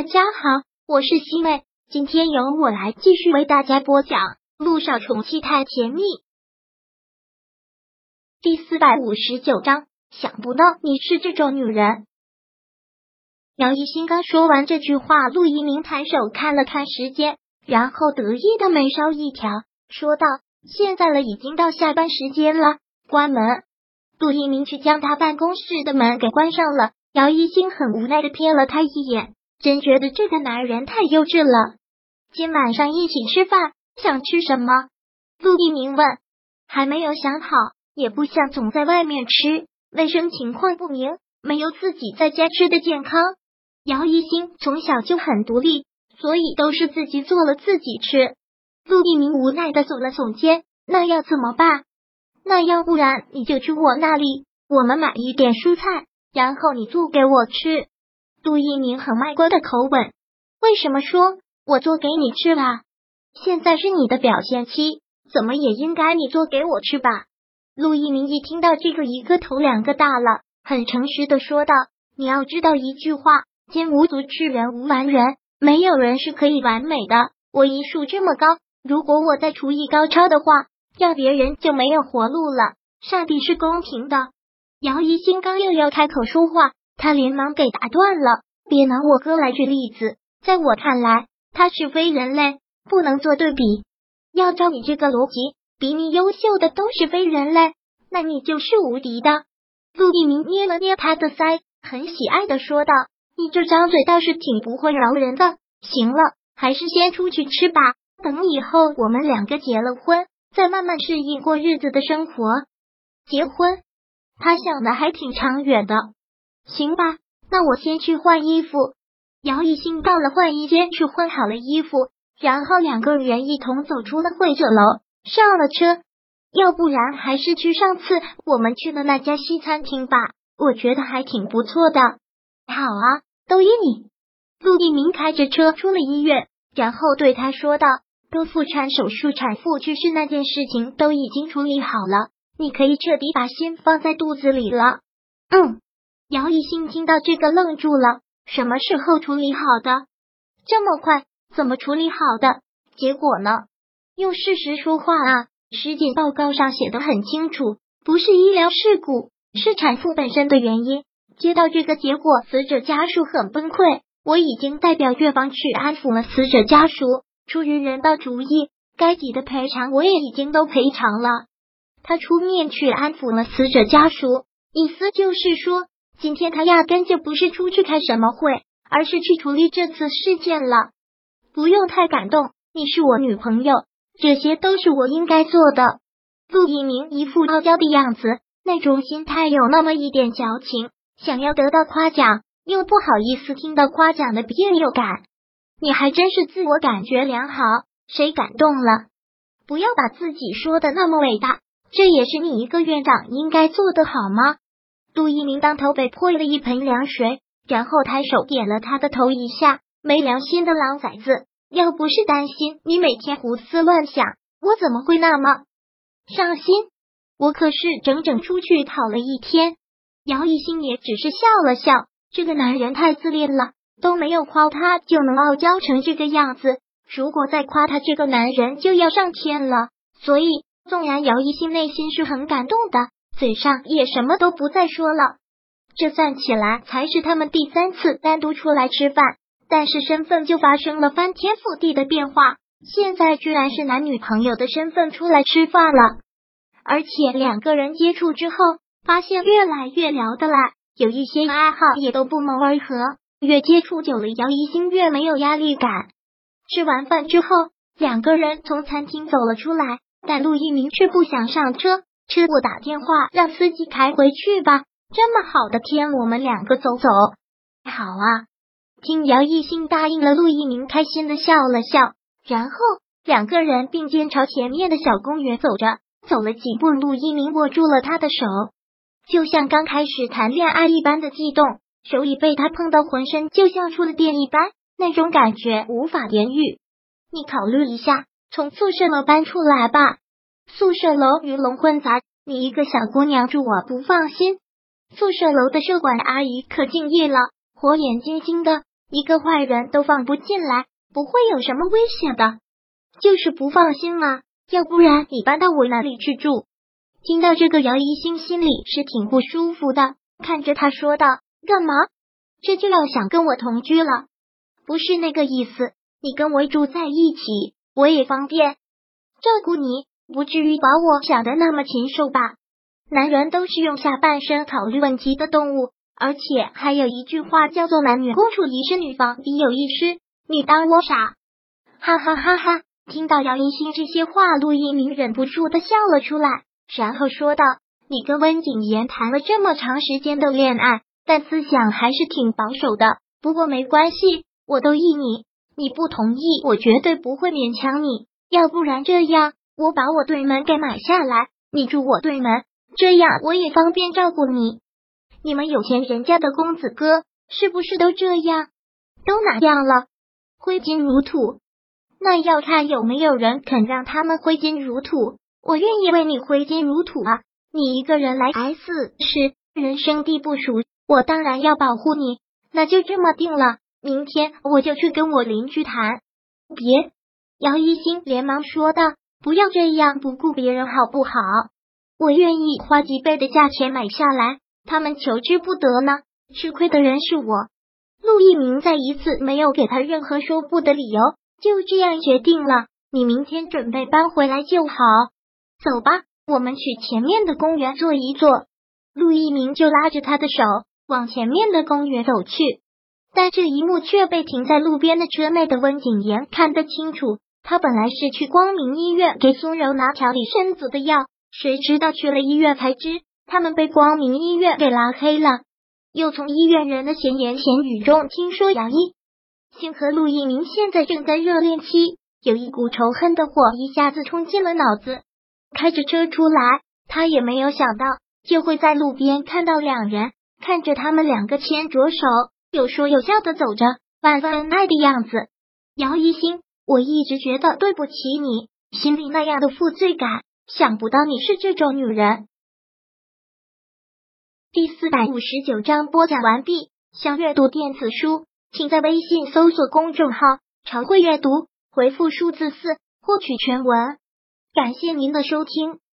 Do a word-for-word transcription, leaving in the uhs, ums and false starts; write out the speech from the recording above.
大家好，我是西妹，今天由我来继续为大家播讲《陆少宠妻太甜蜜》第四百五十九章。想不到你是这种女人。姚一新刚说完这句话，陆一鸣抬手看了看时间，然后得意的眉梢一挑，说道：现在了，已经到下班时间了，关门。陆一鸣去将他办公室的门给关上了。姚一新很无奈的瞥了他一眼，真觉得这个男人太幼稚了。今晚上一起吃饭，想吃什么？陆一鸣问。还没有想好，也不想总在外面吃，卫生情况不明，没有自己在家吃的健康。姚一新从小就很独立，所以都是自己做了自己吃。陆一鸣无奈的耸了耸肩，那要怎么办？那要不然你就去我那里，我们买一点蔬菜，然后你做给我吃。陆一鸣很卖乖的口吻。为什么说我做给你吃啦？现在是你的表现期，怎么也应该你做给我吃吧。陆一鸣一听到这个，一个头两个大了，很诚实的说道：你要知道一句话，天无足赤，人无完人，没有人是可以完美的。我医术这么高，如果我再厨艺高超的话，让别人就没有活路了。上帝是公平的。姚一新刚又要开口说话，他连忙给打断了。别拿我哥来举例子，在我看来，他是非人类，不能做对比。要照你这个逻辑，比你优秀的都是非人类，那你就是无敌的。陆一鸣捏了捏他的腮，很喜爱的说道：你这张嘴倒是挺不会饶人的。行了，还是先出去吃吧，等以后我们两个结了婚，再慢慢适应过日子的生活。结婚？他想的还挺长远的。行吧，那我先去换衣服。姚一新到了换衣间去换好了衣服，然后两个人一同走出了会者楼，上了车。要不然还是去上次我们去的那家西餐厅吧，我觉得还挺不错的。好啊，都依你。陆一鸣开着车出了医院，然后对他说道：多妇产手术产妇去世那件事情都已经处理好了，你可以彻底把心放在肚子里了。嗯。姚一新听到这个愣住了，什么时候处理好的？这么快？怎么处理好的？结果呢？用事实说话啊，尸检报告上写得很清楚，不是医疗事故，是产妇本身的原因。接到这个结果，死者家属很崩溃，我已经代表院方去安抚了死者家属，出于人道主义，该给的赔偿我也已经都赔偿了。他出面去安抚了死者家属，意思就是说，今天他压根就不是出去开什么会，而是去处理这次事件了。不用太感动，你是我女朋友，这些都是我应该做的。陆一鸣一副傲娇的样子，那种心态有那么一点矫情，想要得到夸奖，又不好意思听到夸奖的别扭感。你还真是自我感觉良好，谁感动了？不要把自己说的那么伟大，这也是你一个院长应该做的好吗？陆一鸣当头被泼了一盆凉水，然后抬手点了他的头一下，没良心的狼崽子，要不是担心你每天胡思乱想，我怎么会那么上心？我可是整整出去跑了一天。姚一新也只是笑了笑，这个男人太自恋了，都没有夸他就能傲娇成这个样子，如果再夸他，这个男人就要上天了。所以纵然姚一新内心是很感动的，嘴上也什么都不再说了。这算起来才是他们第三次单独出来吃饭，但是身份就发生了翻天覆地的变化，现在居然是男女朋友的身份出来吃饭了。而且两个人接触之后，发现越来越聊得来，有一些爱好也都不谋而合，越接触久了，姚一新越没有压力感。吃完饭之后，两个人从餐厅走了出来，但陆一鸣却不想上车，车我打电话让司机开回去吧，这么好的天，我们两个走走。好啊。听姚一新答应了，陆一鸣开心的笑了笑，然后两个人并肩朝前面的小公园走着，走了几步，陆一鸣握住了他的手，就像刚开始谈恋爱一般的悸动，手已被他碰到浑身就像触了电一般，那种感觉无法言喻。你考虑一下，从宿舍楼搬出来吧。宿舍楼鱼龙混杂，你一个小姑娘住我不放心。宿舍楼的舍管阿姨可敬业了，火眼金睛的一个坏人都放不进来，不会有什么危险的，就是不放心嘛，要不然你搬到我那里去住。听到这个，姚一星心里是挺不舒服的，看着他说道：干嘛？这就要想跟我同居了？不是那个意思，你跟我住在一起，我也方便照顾你，不至于把我想的那么禽兽吧。男人都是用下半身考虑问题的动物，而且还有一句话叫做男女共处一室，女方必有一失。你当我傻？哈哈哈哈！听到姚一星这些话，陆一鸣忍不住的笑了出来，然后说道：你跟温景言谈了这么长时间的恋爱，但思想还是挺保守的，不过没关系，我都依你，你不同意我绝对不会勉强你，要不然这样，我把我对门给买下来，你住我对门，这样我也方便照顾你。你们有钱人家的公子哥是不是都这样？都哪样了？挥金如土？那要看有没有人肯让他们挥金如土。我愿意为你挥金如土啊！你一个人来 S 市，人生地不熟，我当然要保护你。那就这么定了，明天我就去跟我邻居谈。别！姚一星连忙说道：不要这样不顾别人好不好？我愿意花几倍的价钱买下来，他们求之不得呢，吃亏的人是我。陆一鸣再一次没有给他任何说不的理由，就这样决定了，你明天准备搬回来就好。走吧，我们去前面的公园坐一坐。陆一鸣就拉着他的手往前面的公园走去，但这一幕却被停在路边的车内的温景言看得清楚。他本来是去光明医院给苏柔拿调理身子的药，谁知道去了医院才知他们被光明医院给拉黑了。又从医院人的闲言闲语中听说姚一星和陆一鸣现在正在热恋期，有一股仇恨的火一下子冲进了脑子。开着车出来，他也没有想到就会在路边看到两人，看着他们两个牵着手，有说有笑的走着，万分恩爱的样子。姚一星，我一直觉得对不起你，心里那样的负罪感，想不到你是这种女人。第四百五十九章播讲完毕。想阅读电子书，请在微信搜索公众号常会阅读，回复数字四获取全文。感谢您的收听。